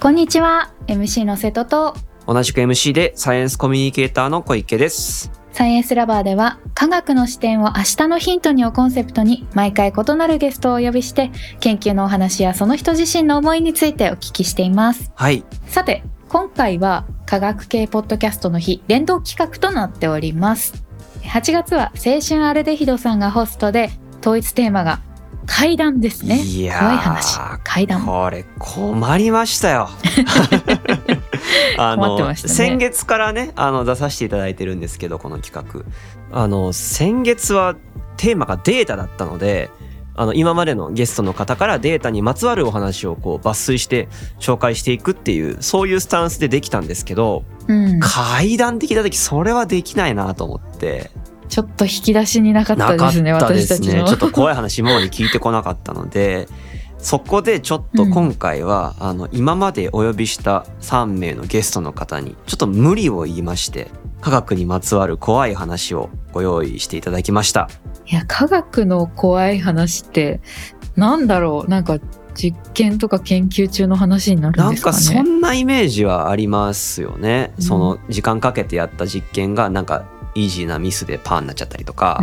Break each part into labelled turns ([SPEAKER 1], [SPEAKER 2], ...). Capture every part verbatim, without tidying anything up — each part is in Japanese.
[SPEAKER 1] こんにちは、エムシー の瀬戸と
[SPEAKER 2] 同じく エムシー でサイエンスコミュニケーターの小池です。
[SPEAKER 1] サイエンスラバーでは科学の視点を明日のヒントにをコンセプトに毎回異なるゲストをお呼びして研究のお話やその人自身の思いについてお聞きしています。
[SPEAKER 2] はい。
[SPEAKER 1] さて今回は科学系ポッドキャストの日連動企画となっております。はちがつは青春アルデヒドさんがホストで統一テーマが怪談ですね。
[SPEAKER 2] いやー、
[SPEAKER 1] 怖い話、怪談。
[SPEAKER 2] これ困りましたよあの
[SPEAKER 1] 困ってましたね。
[SPEAKER 2] 先月からねあの出させていただいてるんですけど、この企画あの先月はテーマがデータだったので、あの今までのゲストの方からデータにまつわるお話をこう抜粋して紹介していくっていうそういうスタンスでできたんですけど、
[SPEAKER 1] うん、
[SPEAKER 2] 怪談的な時それはできないなと思って
[SPEAKER 1] ちょっと引き出しになかったですね。
[SPEAKER 2] なかったですね。
[SPEAKER 1] 私たちの
[SPEAKER 2] ちょっと怖い話今まで聞いてこなかったのでそこでちょっと今回は、うん、あの今までお呼びしたさんめいのゲストの方にちょっと無理を言いまして科学にまつわる怖い話をご用意していただきました。
[SPEAKER 1] いや、科学の怖い話ってなんだろう、なんか実験とか研究中の話になるんですかね。
[SPEAKER 2] なんかそんなイメージはありますよね、うん、その時間かけてやった実験がなんかイージーなミスでパーになっちゃったりとか、うん、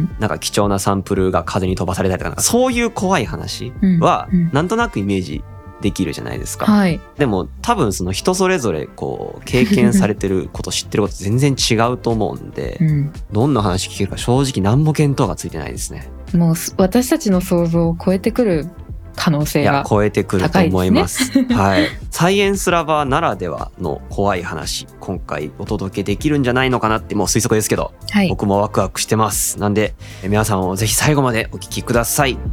[SPEAKER 2] なんか貴重なサンプルが風に飛ばされたりとか、なんかそういう怖い話はなんとなくイメージできるじゃないですか、うんうん、でも多分その人それぞれこう経験されてること知ってること全然違うと思うんで、うん、どんな話聞けるか正直何も見当がついてないですね。
[SPEAKER 1] もう私たちの想像を超えてくる可能性が高いですね。いや
[SPEAKER 2] 超えてくると思いますはい、サイエンスラバーならではの怖い話今回お届けできるんじゃないのかなってもう推測ですけど、はい、僕もワクワクしてます。なんで皆さんもぜひ最後までお聞きください。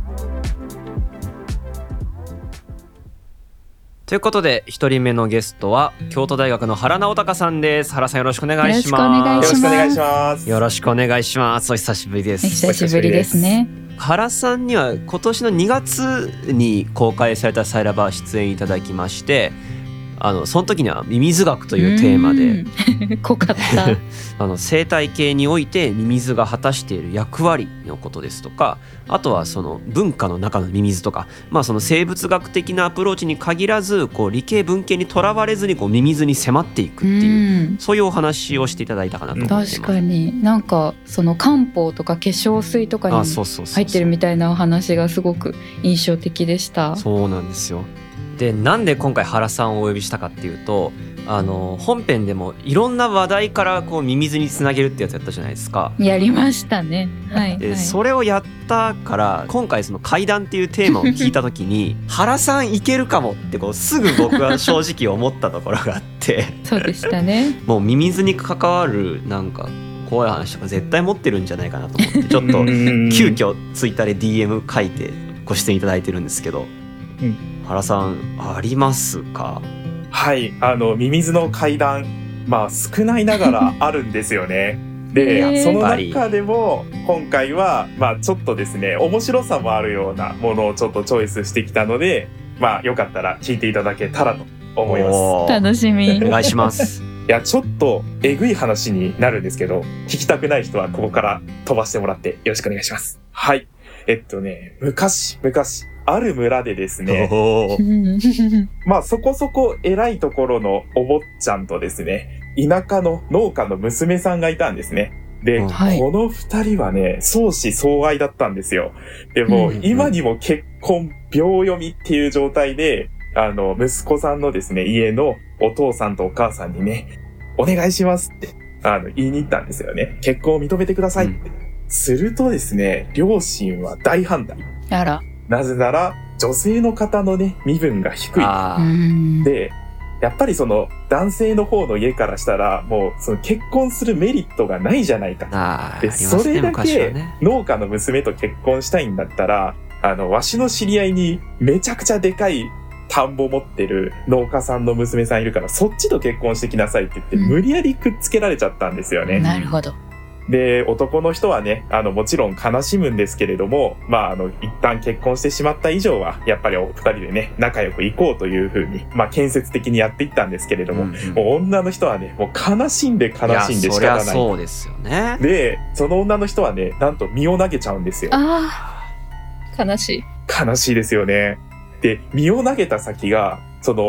[SPEAKER 2] ということでひとりめのゲストは京都大学の原直隆さんです。原さんよろしくお願いします。
[SPEAKER 1] よろしくお願いし
[SPEAKER 3] ます。
[SPEAKER 2] よろしくお願いします。お久しぶりです。
[SPEAKER 1] お久しぶりですね。
[SPEAKER 2] 原さんには今年のにがつに公開されたサイラバー出演いただきまして、あのその時にはミミズ学というテーマで
[SPEAKER 1] 濃かった
[SPEAKER 2] あの生態系においてミミズが果たしている役割のことですとか、あとはその文化の中のミミズとか、まあ、その生物学的なアプローチに限らずこう理系文系にとらわれずにこうミミズに迫っていくっていう、うそういうお話をしていただいたかなと思ってます。
[SPEAKER 1] 確かになんかその漢方とか化粧水とかに入ってるみたいなお話がすごく印象的でした。
[SPEAKER 2] そうなんですよ。でなんで今回原さんをお呼びしたかっていうと、あの本編でもいろんな話題からこうミミズにつなげるってやつやったじゃないですか。
[SPEAKER 1] やりましたね、はい
[SPEAKER 2] で、
[SPEAKER 1] はい、
[SPEAKER 2] それをやったから今回その怪談っていうテーマを聞いた時に原さんいけるかもってこうすぐ僕は正直思ったところがあって
[SPEAKER 1] そうでしたね。
[SPEAKER 2] もうミミズに関わるなんか怖い話とか絶対持ってるんじゃないかなと思ってちょっと急遽ツイッターで ディーエム 書いてご出演いただいてるんですけど、うん、原さんありますか？
[SPEAKER 3] はい、あのミミズの怪談、まあ少ないながらあるんですよね。で、その中でも今回はまあちょっとですね面白さもあるようなものをちょっとチョイスしてきたので、まあよかったら聞いていただけたらと思います。
[SPEAKER 1] 楽しみ。
[SPEAKER 2] お願いします。
[SPEAKER 3] いやちょっとえぐい話になるんですけど、聞きたくない人はここから飛ばしてもらってよろしくお願いします。はい、えっとね昔昔ある村でですねまあそこそこ偉いところのお坊ちゃんとですね田舎の農家の娘さんがいたんですね。で、うんはい、この二人はね相思相愛だったんですよ。でも、うん、今にも結婚秒読みっていう状態で、あの息子さんのですね家のお父さんとお母さんにねお願いしますってあの言いに行ったんですよね。結婚を認めてくださいって、うん、するとですね両親は大反対。
[SPEAKER 1] あら。
[SPEAKER 3] なぜなら女性の方のね身分が低いで、やっぱりその男性の方の家からしたらもうその結婚するメリットがないじゃないか
[SPEAKER 2] あ
[SPEAKER 3] で、それだけ農家の娘と結婚したいんだったら、あのわしの知り合いにめちゃくちゃでかい田んぼ持ってる農家さんの娘さんいるからそっちと結婚してきなさいって言って、うん、無理やりくっつけられちゃったんですよね。
[SPEAKER 1] なるほど。
[SPEAKER 3] で男の人はねあのもちろん悲しむんですけれども、まああの一旦結婚してしまった以上はやっぱりお二人でね仲良く行こうという風にまあ建設的にやっていったんですけれども、うんうん、もう女の人はねもう悲しんで悲しんで仕方ない。いやそりゃ
[SPEAKER 2] そうですよね。
[SPEAKER 3] でその女の人はねなんと身を投げちゃうんですよ。
[SPEAKER 1] あー悲しい。
[SPEAKER 3] 悲しいですよね。で身を投げた先がその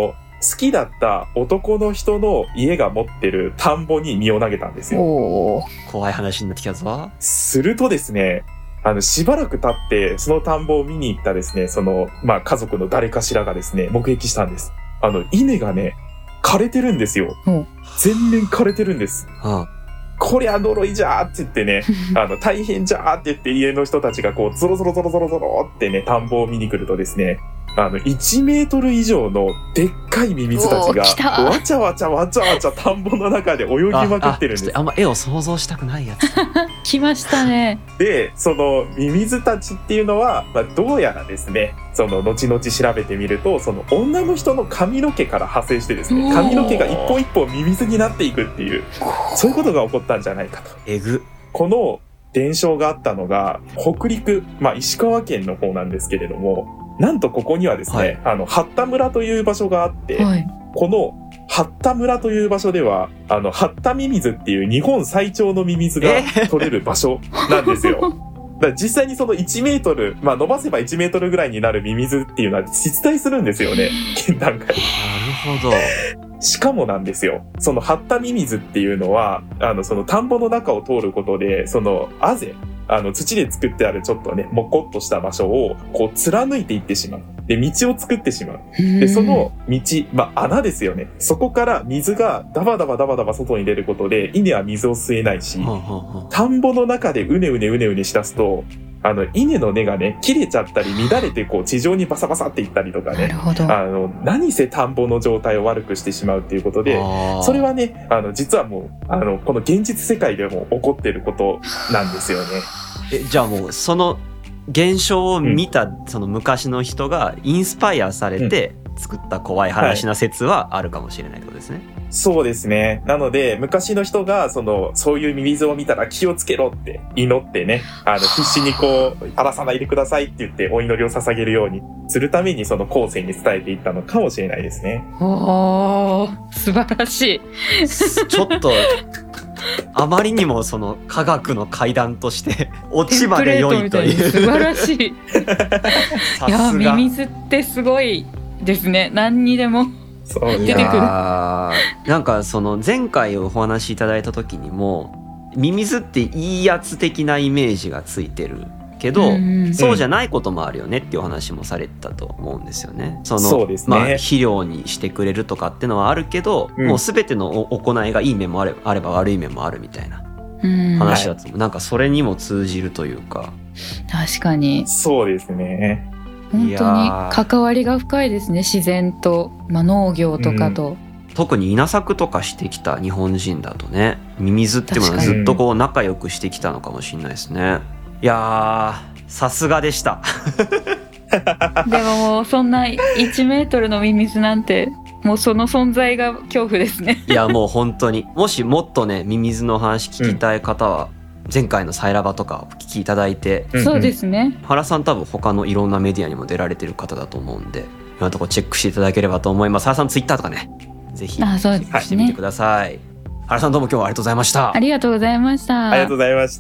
[SPEAKER 3] 好きだった男の人の家が持ってる田んぼに身を投げたんですよ。
[SPEAKER 1] おー、
[SPEAKER 2] 怖い話になってきたぞ。
[SPEAKER 3] するとですね、あの、しばらく経って、その田んぼを見に行ったですね、その、まあ、家族の誰かしらがですね、目撃したんです。あの、稲がね、枯れてるんですよ。全面枯れてるんです。
[SPEAKER 2] はあ、
[SPEAKER 3] こりゃ呪いじゃーって言ってね、あの、大変じゃーって言って家の人たちがこう、ゾロゾロゾロゾロゾロってね、田んぼを見に来るとですね、あの、いちメートル以上のでっかいミミズたちが、わちゃわちゃわちゃわちゃ田んぼの中で泳ぎまくってるんです。
[SPEAKER 2] あ, あ, あんま絵を想像したくないやつ。
[SPEAKER 1] 来ましたね。
[SPEAKER 3] で、そのミミズたちっていうのは、まあ、どうやらですね、その後々調べてみると、その女の人の髪の毛から派生してですね、髪の毛が一本一本ミミズになっていくっていう、そういうことが起こったんじゃないかと。
[SPEAKER 2] えぐ。
[SPEAKER 3] この伝承があったのが、北陸、まあ石川県の方なんですけれども、なんとここにはですね、はい、あの、八田村という場所があって、はい、この八田村という場所では、あの、八田ミミズっていう日本最長のミミズが取れる場所なんですよ。だから実際にそのいちメートル、まあ伸ばせばいちメートルぐらいになるミミズっていうのは実在するんですよね、現段階。なる
[SPEAKER 2] ほど。
[SPEAKER 3] しかもなんですよ、その八田ミミズっていうのは、あの、その田んぼの中を通ることで、そのあぜ、あの土で作ってあるちょっとね、もこっとした場所をこう貫いていってしまう。で、道を作ってしまう。で、その道、まあ穴ですよね。そこから水がダバダバダバダバ外に出ることで、稲は水を吸えないし、田んぼの中でうねうねうねうねしだすと、あの、稲の根がね、切れちゃったり乱れてこう地上にバサバサっていったりとかね。
[SPEAKER 1] なるほど。
[SPEAKER 3] あの、何せ田んぼの状態を悪くしてしまうっていうことで、それはね、あの、実はもう、あの、この現実世界でも起こっていることなんですよね。
[SPEAKER 2] え、じゃあもう、その現象を見た、うん、その昔の人がインスパイアされて作った怖い話な説はあるかもしれないってことですね。
[SPEAKER 3] はい、そうですね。なので、昔の人が、その、そういうミミズを見たら気をつけろって祈ってね、あの、必死にこう、荒らさないでくださいって言ってお祈りを捧げるようにするために、その後世に伝えていったのかもしれないですね。
[SPEAKER 1] おー、素晴らしい。
[SPEAKER 2] ちょっと、あまりにもその科学の階段として落ちまで良いという
[SPEAKER 1] 素晴らしい。いや、ミミズってすごいですね。何にでも出てくる。
[SPEAKER 2] なんかその前回お話しいただいた時にも、ミミズっていいやつ的なイメージがついてるけど、うんうん、そうじゃないこともあるよねっていう話もされたと思うんですよね。その
[SPEAKER 3] そうですね、
[SPEAKER 2] まあ、肥料にしてくれるとかってのはあるけど、うん、もう全ての行いがいい面もあれば、あれば悪い面もあるみたいな話だと、うん、なんかそれにも通じるというか。
[SPEAKER 1] 確かに
[SPEAKER 3] そうですね。
[SPEAKER 1] 本当に関わりが深いですね、自然と、まあ、農業とかと、うん、
[SPEAKER 2] 特に稲作とかしてきた日本人だとね、ミミズっていうのはずっとこう仲良くしてきたのかもしれないですね。いやー、さすがでした
[SPEAKER 1] でももうそんないちメートルのミミズなんて、もうその存在が恐怖ですね。
[SPEAKER 2] いや、もう本当に、もしもっとねミミズの話聞きたい方は、うん、前回のサイラバとかお聞きいただいて、
[SPEAKER 1] そうですね。
[SPEAKER 2] 原さん多分他のいろんなメディアにも出られてる方だと思うんで、今のところチェックしていただければと思います。原さんツイッターとかね、ぜひチェックしてみてください。原さんどうも今日はありがとうございました。
[SPEAKER 1] ありがとうございました。
[SPEAKER 3] ありがとうございました。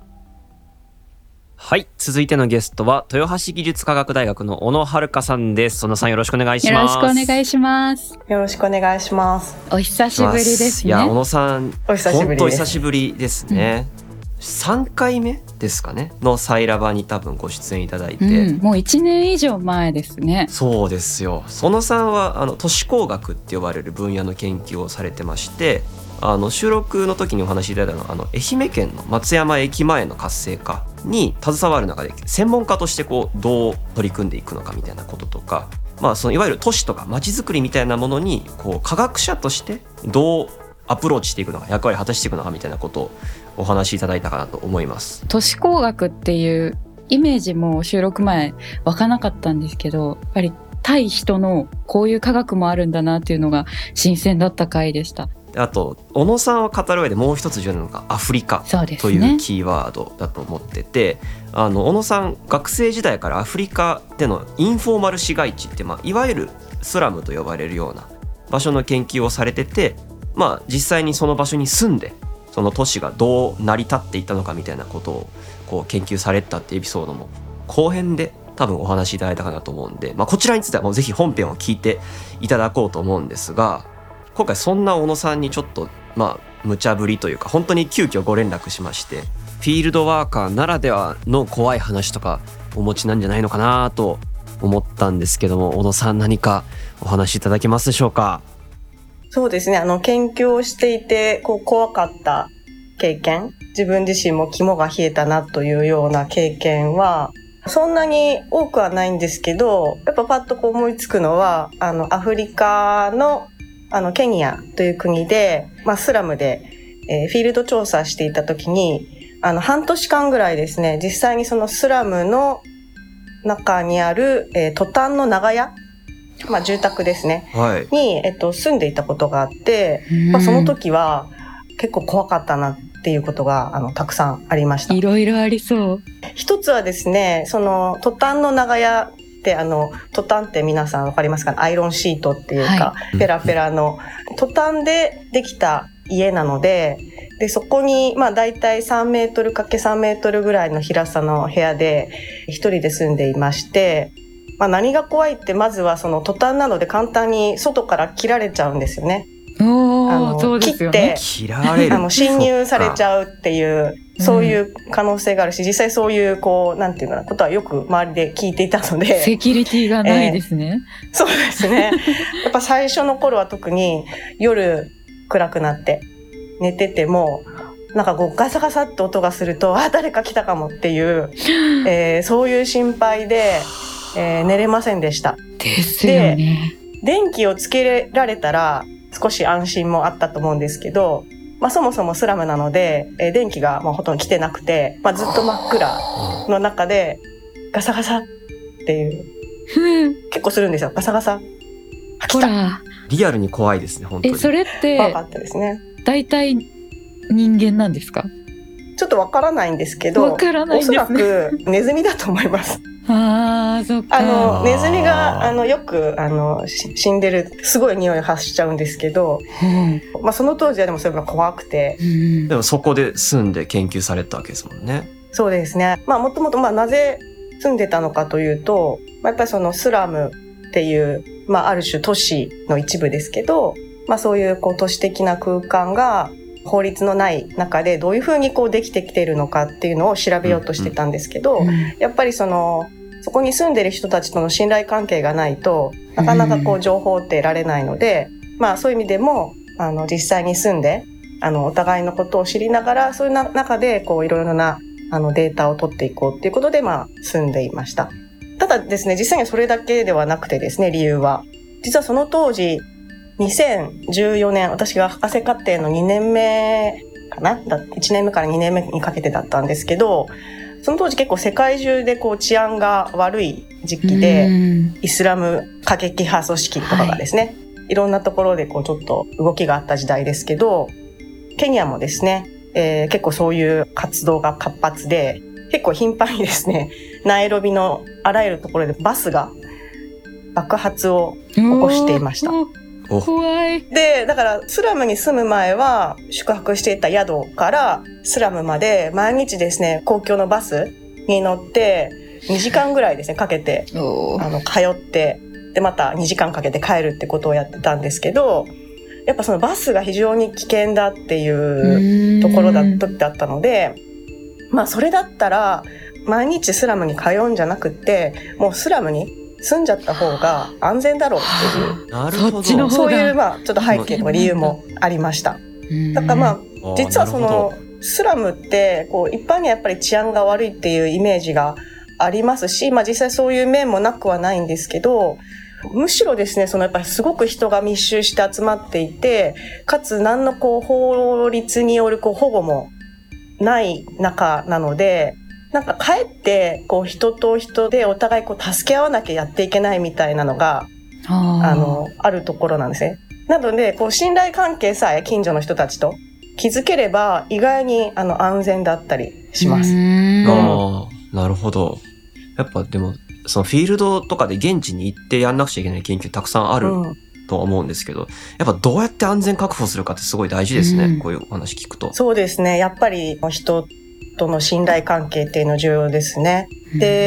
[SPEAKER 2] はい、続いてのゲストは豊橋技術科学大学の小野遥さんです。小野さんよろしくお願いします。
[SPEAKER 1] よろしくお願いします。
[SPEAKER 4] よろしくお願いします。
[SPEAKER 1] お久しぶりですね。
[SPEAKER 2] いや、小野さん
[SPEAKER 4] お久しぶりです。
[SPEAKER 2] 本当久しぶりですね、うん、さんかいめですかねのサイラバに多分ご出演いただいて、
[SPEAKER 1] うん、もういちねん以上前ですね。
[SPEAKER 2] そうですよ。小野さんはあの都市工学って呼ばれる分野の研究をされてまして、あの収録の時にお話しいただいたのはあの愛媛県の松山駅前の活性化に携わる中で専門家としてこうどう取り組んでいくのかみたいなこととか、まあ、そのいわゆる都市とか街づくりみたいなものにこう科学者としてどうアプローチしていくのか、役割を果たしていくのかみたいなことをお話しいただいたかなと思います。
[SPEAKER 1] 都市工学っていうイメージも収録前湧かなかったんですけど、やっぱり対人のこういう科学もあるんだなっていうのが新鮮だった回でした。
[SPEAKER 2] あと小野さんを語る上でもう一つ重要なのがアフリカというキーワードだと思ってて、あの小野さん学生時代からアフリカでのインフォーマル市街地って、まあ、いわゆるスラムと呼ばれるような場所の研究をされてて、まあ、実際にその場所に住んでその都市がどう成り立っていったのかみたいなことをこう研究されたってエピソードも後編で多分お話しいただいたかなと思うんで、まあ、こちらについてはもうぜひ本編を聞いていただこうと思うんですが、今回そんな小野さんにちょっとまあ無茶ぶりというか本当に急遽ご連絡しまして、フィールドワーカーならではの怖い話とかお持ちなんじゃないのかなと思ったんですけども、小野さん何かお話しいただけますでしょうか？
[SPEAKER 4] そうですね、あの研究をしていてこう怖かった経験、自分自身も肝が冷えたなというような経験はそんなに多くはないんですけど、やっぱパッとこう思いつくのはあのアフリカのあのケニアという国で、まあ、スラムで、えー、フィールド調査していた時にあの半年間ぐらいですね、実際にそのスラムの中にある、えー、トタンの長屋、まあ、住宅ですね、
[SPEAKER 2] はい、
[SPEAKER 4] に、えっと、住んでいたことがあって、まあ、その時は結構怖かったなっていうことがあのたくさんありました。
[SPEAKER 1] いろいろありそう。
[SPEAKER 4] 一つはですね、そのトタンの長屋ってあのトタンって皆さんわかりますかね、アイロンシートっていうか、はい、ペラペラのトタンでできた家なので、でそこにまあだいたいさんメートルかけさんメートルぐらいの広さの部屋で一人で住んでいまして、まあ、何が怖いってまずはそのトタンなので簡単に外から切られちゃうんですよね。
[SPEAKER 1] お
[SPEAKER 4] あの
[SPEAKER 1] そうですよね、
[SPEAKER 4] 切って
[SPEAKER 2] 切られる
[SPEAKER 4] あの侵入されちゃうっていうそういう可能性があるし、実際そういうこうなんていうかなことはよく周りで聞いていたので、
[SPEAKER 1] セキュリティがないですね、
[SPEAKER 4] えー、そうですねやっぱ最初の頃は特に夜暗くなって寝ててもなんかこうガサガサって音がすると、あ誰か来たかもっていう、えー、そういう心配で、えー、寝れませんでした。
[SPEAKER 1] ですよね。
[SPEAKER 4] で電気をつけられたら少し安心もあったと思うんですけど、まあ、そもそもスラムなので、えー、電気がもうほとんど来てなくて、まあ、ずっと真っ暗の中でガサガサっていう結構するんですよ。ガサガサあ来た。
[SPEAKER 2] リアルに怖いですね本当に。
[SPEAKER 1] えそれって
[SPEAKER 4] 怖かったですね。
[SPEAKER 1] 大体人間なんですか？
[SPEAKER 4] ちょっとわからないんですけど、
[SPEAKER 1] わからないんですね、
[SPEAKER 4] おそらくネズミだと思います
[SPEAKER 1] あーそっか。
[SPEAKER 4] あのネズミがあのよくあの死んでるすごい匂いを発しちゃうんですけど、うんまあ、その当時はでもそれが怖くて、
[SPEAKER 1] うん、
[SPEAKER 2] でもそこで住んで研究されたわけですもんね。
[SPEAKER 4] そうですね。まあもともとまあなぜ住んでたのかというと、まあ、やっぱりそのスラムっていう、まあ、ある種都市の一部ですけど、まあ、そういうこう都市的な空間が法律のない中でどういうふうにこうできてきているのかっていうのを調べようとしてたんですけど、
[SPEAKER 1] うんうん、
[SPEAKER 4] やっぱりそのそこに住んでる人たちとの信頼関係がないとなかなかこう情報って得られないので、うん、まあそういう意味でもあの実際に住んであのお互いのことを知りながらそういうな中でこういろいろなあのデータを取っていこうっていうことでまあ住んでいました。ただですね、実際にはそれだけではなくてですね、理由は実はその当時にせんじゅうよねん、私が博士課程のにねんめかな、いちねんめからにねんめにかけてだったんですけど、その当時結構世界中でこう治安が悪い時期で、イスラム過激派組織とかがですね、はい、いろんなところでこうちょっと動きがあった時代ですけど、ケニアもですね、えー、結構そういう活動が活発で、結構頻繁にですね、ナイロビのあらゆるところでバスが爆発を起こしていました。
[SPEAKER 1] 怖い。
[SPEAKER 4] で、だからスラムに住む前は宿泊していた宿からスラムまで毎日ですね、公共のバスに乗ってにじかんぐらいですね、かけてあの通って、でまたにじかんかけて帰るってことをやってたんですけど、やっぱそのバスが非常に危険だっていうところだったったので、まあそれだったら毎日スラムに通うんじゃなくってもうスラムに住んじゃった方が安全だろうっていう、
[SPEAKER 2] なるほど、
[SPEAKER 4] そういうまあちょっと背景の理由もありました。だからまあ実はそのスラムってこう一般にはやっぱり治安が悪いっていうイメージがありますし、まあ実際そういう面もなくはないんですけど、むしろですね、そのやっぱりすごく人が密集して集まっていて、かつ何のこう法律によるこう保護もない中なので、なんかかえってこう人と人でお互いこう助け合わなきゃやっていけないみたいなのが あ, あのあるところなんですね。なのでこう信頼関係さえ近所の人たちと築ければ意外にあの安全だったりします。
[SPEAKER 2] ああ、なるほど。やっぱでもそのフィールドとかで現地に行ってやんなくちゃいけない研究たくさんあると思うんですけど、うん、やっぱどうやって安全確保するかってすごい大事ですね、うん、こういうお話聞くと。
[SPEAKER 4] そうですね、やっぱり人との信頼関係っていうの重要ですね。で、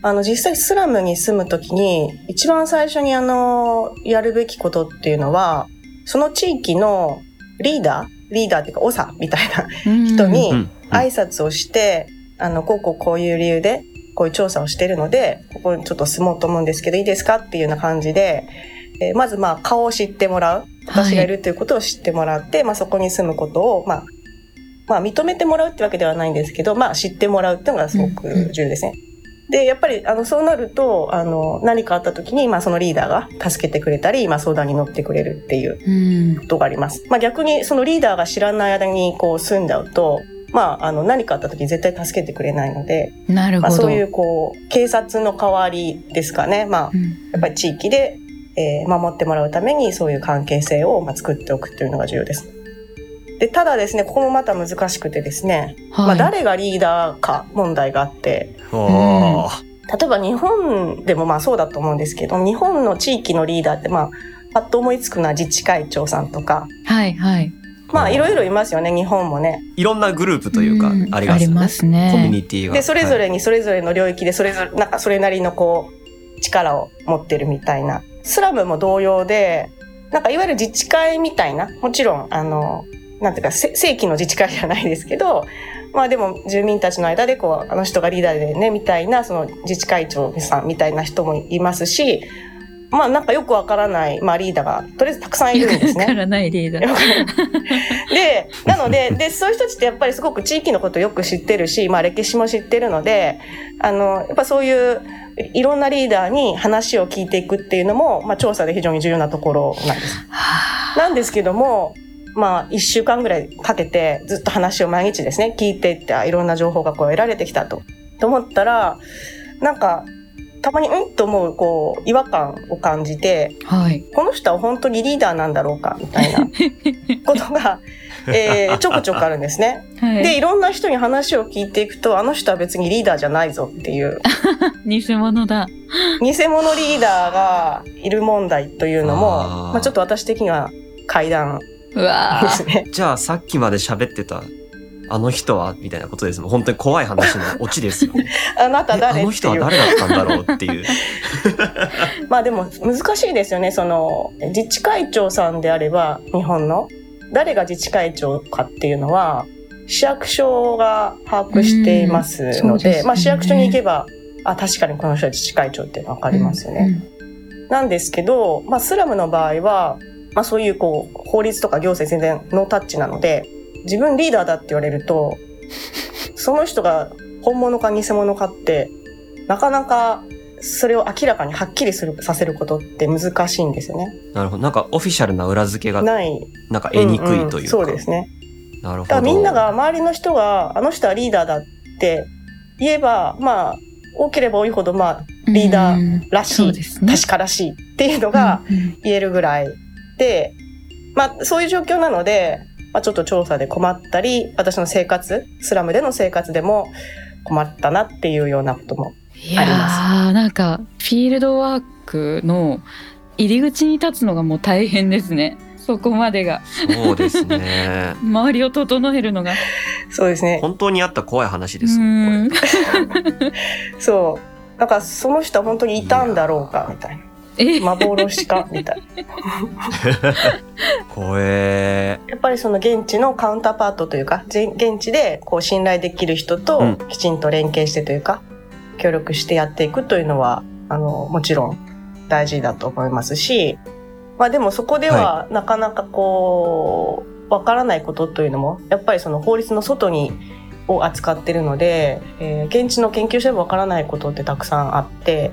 [SPEAKER 4] あの、実際スラムに住むときに、一番最初にあの、やるべきことっていうのは、その地域のリーダーリーダーっていうか、長みたいな人に挨拶をして、あの、こうこうこういう理由で、こういう調査をしているので、ここにちょっと住もうと思うんですけど、いいですかっていうような感じで、えー、まずまあ、顔を知ってもらう。私がいるということを知ってもらって、はい、まあ、そこに住むことを、まあ、まあ、認めてもらうってわけではないんですけど、まあ、知ってもらうっていうのがすごく重要ですね。うんうん、で、やっぱり、あの、そうなると、あの、何かあった時に、まあ、そのリーダーが助けてくれたり、まあ、相談に乗ってくれるっていうことがあります。うん、まあ、逆に、そのリーダーが知らない間に、こう、住んじゃうと、まあ、あの、何かあった時に絶対助けてくれないので、
[SPEAKER 1] なるほど。
[SPEAKER 4] まあ、そういう、こう、警察の代わりですかね。まあ、うん、やっぱり地域で、えー、守ってもらうために、そういう関係性を、まあ、作っておくっていうのが重要です。で、ただですね、ここもまた難しくてですね、はい、まあ、誰がリーダーか問題があって、うん、例えば日本でもまあそうだと思うんですけど、日本の地域のリーダーって、まあ、パッと思いつくのは自治会長さんとか、
[SPEAKER 1] はいはい。
[SPEAKER 4] まあいろいろいますよね、日本もね。
[SPEAKER 2] いろんなグループというか、うん、ありますよね。ありますね。コミュニティが。
[SPEAKER 4] で、それぞれにそれぞれの領域でそれぞれ、なんかそれなりのこう、力を持ってるみたいな。スラムも同様で、なんかいわゆる自治会みたいな、もちろん、あの、なんていうか、正規の自治会じゃないですけど、まあでも住民たちの間でこう、あの人がリーダーでね、みたいな、その自治会長さんみたいな人もいますし、まあなんかよくわからない、まあリーダーが、とりあえずたくさんいるんですね。
[SPEAKER 1] よくわからないリーダー。
[SPEAKER 4] で、なので、で、そういう人たちってやっぱりすごく地域のことをよく知ってるし、まあ歴史も知ってるので、あの、やっぱそういう、いろんなリーダーに話を聞いていくっていうのも、まあ調査で非常に重要なところなんです。なんですけども、まあ、一週間ぐらいかけてずっと話を毎日ですね、聞いていって、いろんな情報がこう得られてきたと。と思ったら、なんか、たまにうんと思う、こう、違和感を感じて、はい、この人は本当にリーダーなんだろうか、みたいなことが、えー、ちょくちょくあるんですね。はい、で、いろんな人に話を聞いていくと、あの人は別にリーダーじゃないぞっていう。
[SPEAKER 1] 偽物だ。
[SPEAKER 4] 偽物リーダーがいる問題というのも、あまあちょっと私的には怪談。
[SPEAKER 1] うわ
[SPEAKER 4] ですね。
[SPEAKER 2] じゃあさっきまで喋ってたあの人はみたいなことですもん。本当に怖い話のオチですよね。
[SPEAKER 4] あなた誰っていう。
[SPEAKER 2] あの人は誰だったんだろうっていう。
[SPEAKER 4] まあでも難しいですよね。その自治会長さんであれば日本の誰が自治会長かっていうのは市役所が把握していますので、でね、まあ市役所に行けばあ確かにこの人は自治会長っていうの分かりますよね。うんうん、なんですけど、まあスラムの場合は。まあそういうこう法律とか行政全然ノータッチなので自分リーダーだって言われるとその人が本物か偽物かってなかなかそれを明らかにはっきりするさせることって難しいんですよね。
[SPEAKER 2] なるほど。なんかオフィシャルな裏付けがないなんか得にくいというか、うんうん、
[SPEAKER 4] そうですね。
[SPEAKER 2] なるほど。
[SPEAKER 4] だからみんなが周りの人があの人はリーダーだって言えばまあ多ければ多いほどまあリーダーらしい、ね、確からしいっていうのが言えるぐらい。で、まあそういう状況なので、まあ、ちょっと調査で困ったり、私の生活、スラムでの生活でも困ったなっていうようなこともあります。い
[SPEAKER 1] やー、なんかフィールドワークの入り口に立つのがもう大変ですね。そこまでが。
[SPEAKER 2] そうですね。
[SPEAKER 1] 周りを整えるのが。
[SPEAKER 4] そうですね。
[SPEAKER 2] 本当にあった怖い話ですもん。こ
[SPEAKER 4] れそう。なんかその人は本当にいたんだろうかみたいな。幻かみたいな。
[SPEAKER 2] 怖え。
[SPEAKER 4] やっぱりその現地のカウンターパートというか現地でこう信頼できる人ときちんと連携してというか、うん、協力してやっていくというのはあのもちろん大事だと思いますし、まあでもそこではなかなかこうわからないことというのもやっぱりその法律の外にを扱っているので、えー、現地の研究者もわからないことってたくさんあって、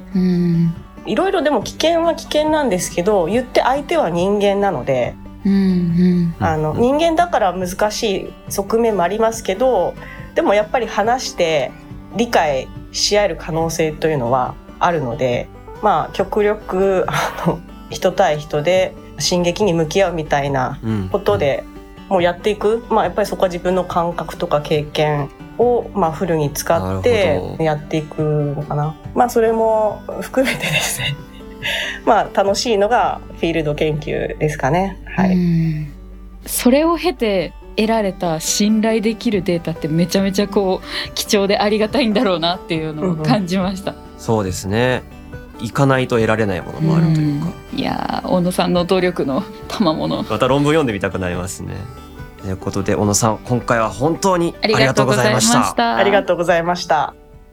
[SPEAKER 4] うんいろいろでも危険は危険なんですけど言って相手は人間なので、うんうん、あの人間だから難しい側面もありますけどでもやっぱり話して理解し合える可能性というのはあるのでまあ極力あの人対人で進撃に向き合うみたいなことで、うんうん、もうやっていく、まあ、やっぱりそこは自分の感覚とか経験をまあフルに使ってやっていくのかな。まあそれも含めてですねまあ楽しいのがフィールド研究ですかね。はい。うん
[SPEAKER 1] それを経て得られた信頼できるデータってめちゃめちゃこう貴重でありがたいんだろうなっていうのを感じました。うんうん、
[SPEAKER 2] そうですね。行かないと得られないものもあるというか、
[SPEAKER 1] うん、いや小野さんの努力の賜物、
[SPEAKER 2] また論文読んでみたくなりますね。ということで小野さん、今回は本当にありがとうございました。
[SPEAKER 4] ありがとうございました。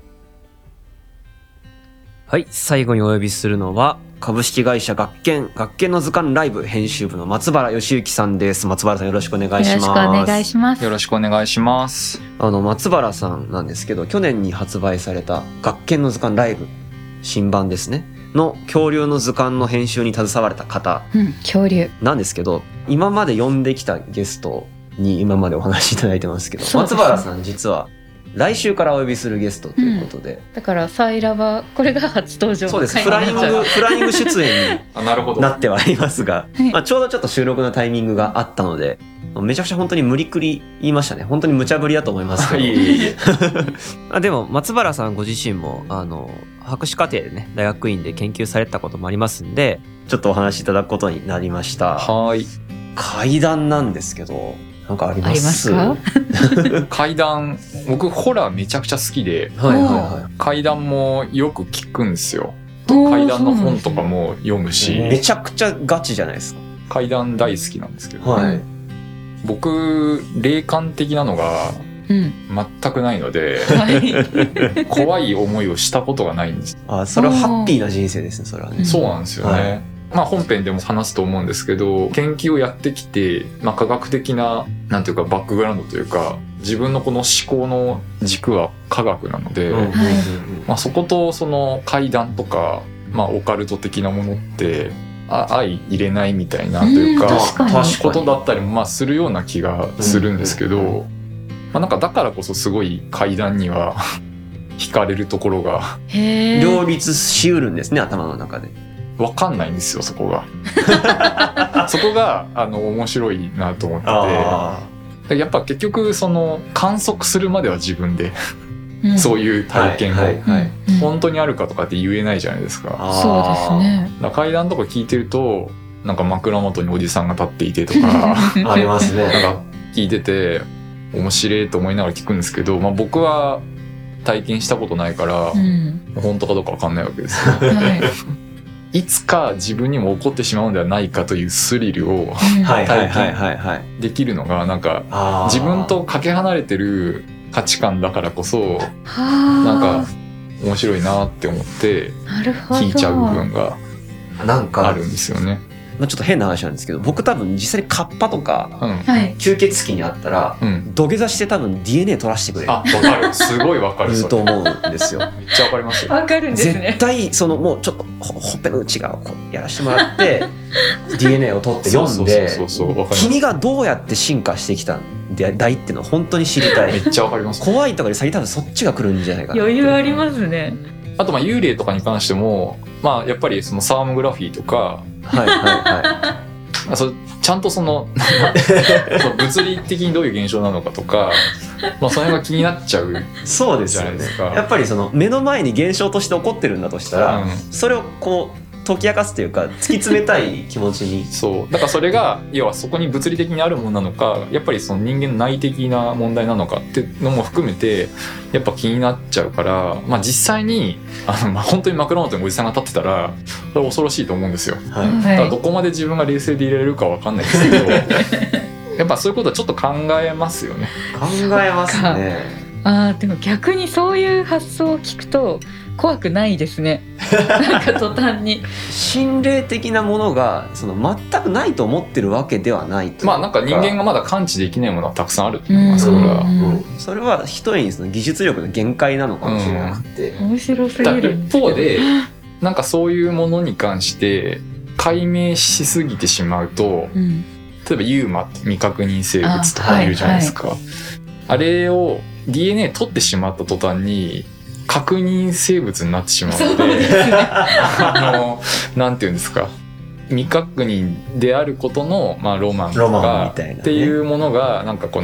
[SPEAKER 2] はい、最後にお呼びするのは株式会社学研学研の図鑑ライブ編集部の松原義之さんです。松原さん、よろしくお願いします。
[SPEAKER 1] よろしくお願いします。
[SPEAKER 5] よろしくお願いします。
[SPEAKER 2] あの松原さんなんですけど、去年に発売された学研の図鑑ライブ新版ですねの恐竜の図鑑の編集に携われた方なんですけど、うん、今まで呼んできたゲストに今までお話しいただいてますけど、松原さん実は来週からお呼びするゲストということで、
[SPEAKER 1] うん、だからサイラバこれが初登場の回になっちゃう。そうです、フライングフライング出演になってはいますが、まあ、ちょうどちょっと収録のタイミングがあったので、めちゃくちゃ本当に無理くり言いましたね。本当に無茶ぶりだと思いますけど。いえいえあでも松原さんご自身もあの博士課程でね、大学院で研究されたこともありますんで、ちょっとお話しいただくことになりました。
[SPEAKER 5] はい。
[SPEAKER 2] 怪談なんですけど、なんかあります？
[SPEAKER 1] ありますか？
[SPEAKER 5] 怪談、僕ホラーめちゃくちゃ好きで、
[SPEAKER 2] はいはいはい、
[SPEAKER 5] 怪談もよく聞くんですよ。怪談の本とかも読むし、
[SPEAKER 2] めちゃくちゃガチじゃないですか。
[SPEAKER 5] 怪談大好きなんですけど、
[SPEAKER 2] はい、
[SPEAKER 5] 僕霊感的なのが全くないので、うん、怖い思いをしたことがないんです。
[SPEAKER 2] あ、それはハッピーな人生ですね。それはね。
[SPEAKER 5] そうなんですよね。はい、まあ本編でも話すと思うんですけど、研究をやってきて、まあ科学的ななんていうかバックグラウンドというか、自分のこの思考の軸は科学なので、うん、まあそことその怪談とか、まあオカルト的なものってあ相入れないみたいなというか、
[SPEAKER 1] 確かに
[SPEAKER 5] ことだったりもまあするような気がするんですけど、うん、まあなんかだからこそすごい怪談には惹かれるところが
[SPEAKER 2] 両立しうるんですね、頭の中で。
[SPEAKER 5] わかんないんですよ、そこがそこがあの面白いなと思ってて、やっぱ結局その観測するまでは自分で、うん、そういう体験を、はいはいはい、本当にあるかとかって言えないじゃないですか。
[SPEAKER 1] そうですね。
[SPEAKER 5] だから怪談とか聞いてると、なんか枕元におじさんが立っていてとか
[SPEAKER 2] ありますね。
[SPEAKER 5] なんか聞いてて面白いと思いながら聞くんですけど、まあ、僕は体験したことないから、うん、本当かどうかわかんないわけですよ、はいいつか自分にも起こってしまうのではないかというスリルを体験できるのがなんか自分とかけ離れてる価値観だからこそなんか面白いなって思って聞いちゃう部分があるんですよね。
[SPEAKER 2] まあ、ちょっと変な話なんですけど、僕多分実際にカッパとか、うん、吸血鬼にあったら、うん、土下座して多分 ディーエヌエー 取らせてくれる。
[SPEAKER 5] あ、わかる。すごいわかる。
[SPEAKER 2] 言うと思うんですよ。
[SPEAKER 5] めっちゃわかりますよ。
[SPEAKER 1] わかるんですね。
[SPEAKER 2] 絶対そのもうちょっと ほ, ほっぺの内側をこうやらせてもらって ディーエヌエー を取って読んで、君がどうやって進化してきたんだいっていうのを本当に知りたい。
[SPEAKER 5] めっちゃわかります。
[SPEAKER 2] 怖いとかより先多分そっちが来るんじゃないかな。
[SPEAKER 1] 余裕ありますね。
[SPEAKER 5] あとまあ幽霊とかに関しても、まあやっぱりそのサーモグラフィーとか、
[SPEAKER 2] はいはいはい。
[SPEAKER 5] そちゃんとその物理的にどういう現象なのかとか、まあ、その辺が気になっちゃうじゃないですか。
[SPEAKER 2] そうですよね。やっぱりその目の前に現象として起こってるんだとしたら、うん、それをこう解き明かすというか突き詰めたい気持ちに
[SPEAKER 5] そうだからそれが要はそこに物理的にあるものなのか、やっぱりその人間の内的な問題なのかっていうのも含めてやっぱ気になっちゃうから、まあ、実際にあの、まあ、本当に枕元におじさんが立ってたらそれ恐ろしいと思うんですよ、はい、だからどこまで自分が冷静でいられるか分かんないですけどやっぱそういうことはちょっと考えますよね。
[SPEAKER 2] 考えますね。
[SPEAKER 1] あでも逆にそういう発想を聞くと怖くないですね。なんか途端に
[SPEAKER 2] 心霊的なものがその全くないと思ってるわけではないというか、
[SPEAKER 5] まあなんか人間がまだ感知できないものはたくさんあると思いますから、うん、
[SPEAKER 2] それは一重にその技術力の限界なのかもしれなくて、
[SPEAKER 1] うん、面白すぎる。
[SPEAKER 5] 一方でなんかそういうものに関して解明しすぎてしまうと、うん、例えばユーマって未確認生物とか言うじゃないですか。 あ,、はいはい、あれを ディーエヌエー 取ってしまった途端に確認生物になってしまうので、あのなんていうんですか、未確認であることの、まあ、ロマンとかっていうものがなんかこの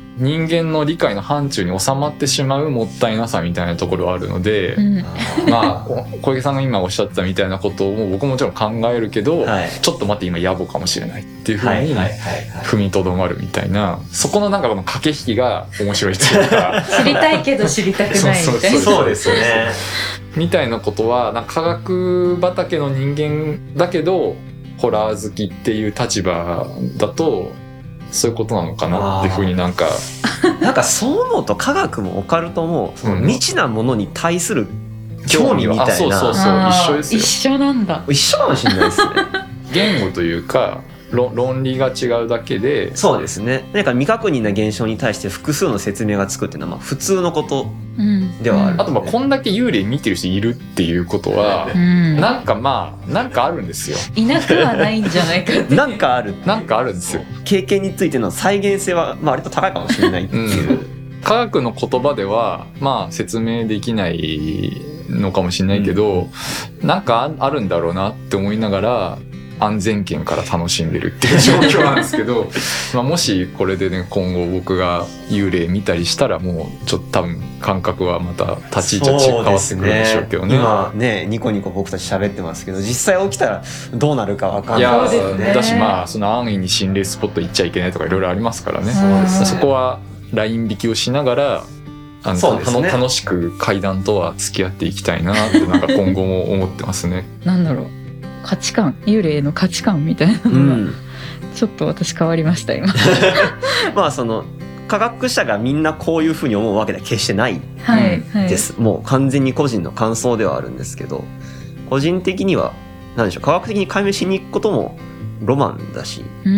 [SPEAKER 5] 人間の理解の範疇に収まってしまうもったいなさみたいなところはあるので、うん、まあ小池さんが今おっしゃってたみたいなことを僕ももちろん考えるけど、はい、ちょっと待って今野暮かもしれないっていうふうに踏みとどまるみたいな、そこのなんかこの駆け引きが面白いというか
[SPEAKER 1] 知りたいけど知りたくないみたいな
[SPEAKER 2] そうですね
[SPEAKER 5] みたいなことはなんか科学畑の人間だけどホラー好きっていう立場だとそういうことなのかなっていうふうになんか
[SPEAKER 2] なんかそう思うと科学もオカルトもその未知なものに対する興味みたいな、
[SPEAKER 5] そうそうそう一緒ですよ。
[SPEAKER 1] 一緒なんだ。
[SPEAKER 2] 一緒かもしれないですね
[SPEAKER 5] 言語というか論理が違うだけで。
[SPEAKER 2] そうですね。なんか未確認な現象に対して複数の説明がつくっていうのはまあ普通のことではある、うん、
[SPEAKER 5] あとまあこんだけ幽霊見てる人いるっていうことは、うん、なんかまあなんかあるんですよ。
[SPEAKER 1] いなくはないんじゃないかって
[SPEAKER 2] なんかある
[SPEAKER 5] なんかあるんですよ。
[SPEAKER 2] 経験についての再現性はまあ割と高いかもしれないっていう、うん、
[SPEAKER 5] 科学の言葉ではまあ説明できないのかもしれないけど、うん、なんかあるんだろうなって思いながら安全圏から楽しんでるっていう状況なんですけどまあもしこれでね今後僕が幽霊見たりしたらもうちょっと多分感覚はまた立ち位置変わってくるんでしょうけどね。
[SPEAKER 2] 今ねニコニコ僕たち喋ってますけど実際起きたらどうなるか分かんない。
[SPEAKER 5] いやそうですね。だしまあその安易に心霊スポット行っちゃいけないとかいろいろありますからね。そうです。そこはライン引きをしながらあのそうですね、楽しく怪談とは付き合っていきたいなってなんか今後も思ってますね
[SPEAKER 1] なんだろう価値観幽霊の価値観みたいなのが、うん、ちょっと私変わりました今
[SPEAKER 2] まあその科学者がみんなこういうふうに思うわけでは決してないです、
[SPEAKER 1] はいはい、
[SPEAKER 2] もう完全に個人の感想ではあるんですけど個人的には何でしょう科学的に解明しに行くこともロマンだし、
[SPEAKER 1] うん、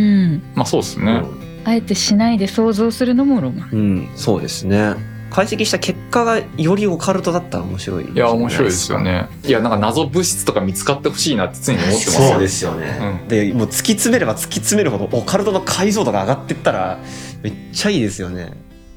[SPEAKER 5] まあそうですね、
[SPEAKER 1] うん、あえてしないで想像するのもロマン、
[SPEAKER 2] うん、そうですね。解析した結果がよりオカルトだったら面白い。
[SPEAKER 5] いや面白いですよね。いやなんか謎物質とか見つかってほしいなって常に思ってますよ。
[SPEAKER 2] そうですよね、うん、でもう突き詰めれば突き詰めるほどオカルトの解像度が上がっていったらめっちゃいいですよね。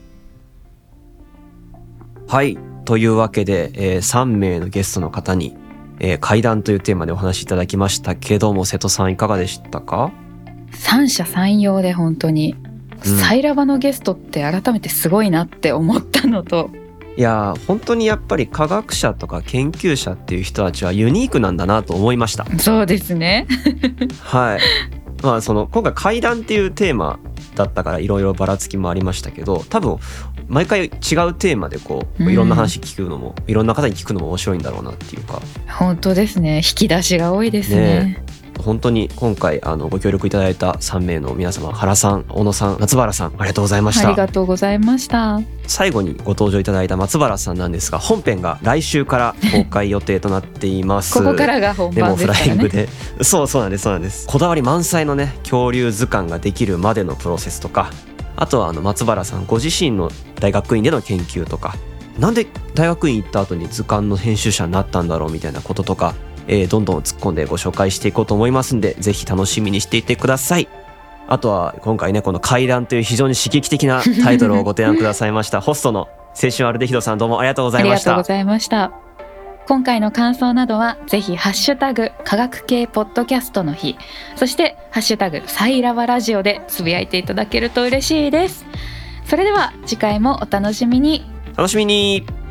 [SPEAKER 2] はいというわけで、えー、さんめいのゲストの方に、えー、怪談というテーマでお話しいただきましたけども瀬戸さんいかがでしたか？
[SPEAKER 1] 三者三様で本当にサイラバのゲストって改めてすごいなって思ったのと、
[SPEAKER 2] いや本当にやっぱり科学者とか研究者っていう人たちはユニークなんだなと思いました。
[SPEAKER 1] そうですね
[SPEAKER 2] はい、まあその今回怪談っていうテーマだったからいろいろばらつきもありましたけど多分毎回違うテーマでこういろんな話聞くのも、うん、いろんな方に聞くのも面白いんだろうなっていうか
[SPEAKER 1] 本当ですね引き出しが多いですね。
[SPEAKER 2] ね本当に今回あのご協力いただいたさんめいの皆様原さん小野さん松原さんありがとうございました。
[SPEAKER 1] ありがとうございました。
[SPEAKER 2] 最後にご登場いただいた松原さんなんですが本編が来週から公開予定となっています
[SPEAKER 1] ここからが本番ですからね。
[SPEAKER 2] デモフライングでそうそうなんですそうなんですこだわり満載のね恐竜図鑑ができるまでのプロセスとかあとはあの松原さんご自身の大学院での研究とかなんで大学院行った後に図鑑の編集者になったんだろうみたいなこととかえー、どんどん突っ込んでご紹介していこうと思いますんでぜひ楽しみにしていてください。あとは今回ねこの怪談という非常に刺激的なタイトルをご提案くださいましたホストの青春アルデヒドさんどうもありがとうございました。
[SPEAKER 1] ありがとうございました。今回の感想などはぜひハッシュタグ科学系ポッドキャストの日そしてハッシュタグサイラバラジオでつぶやいていただけると嬉しいです。それでは次回もお楽しみに。
[SPEAKER 2] 楽しみに。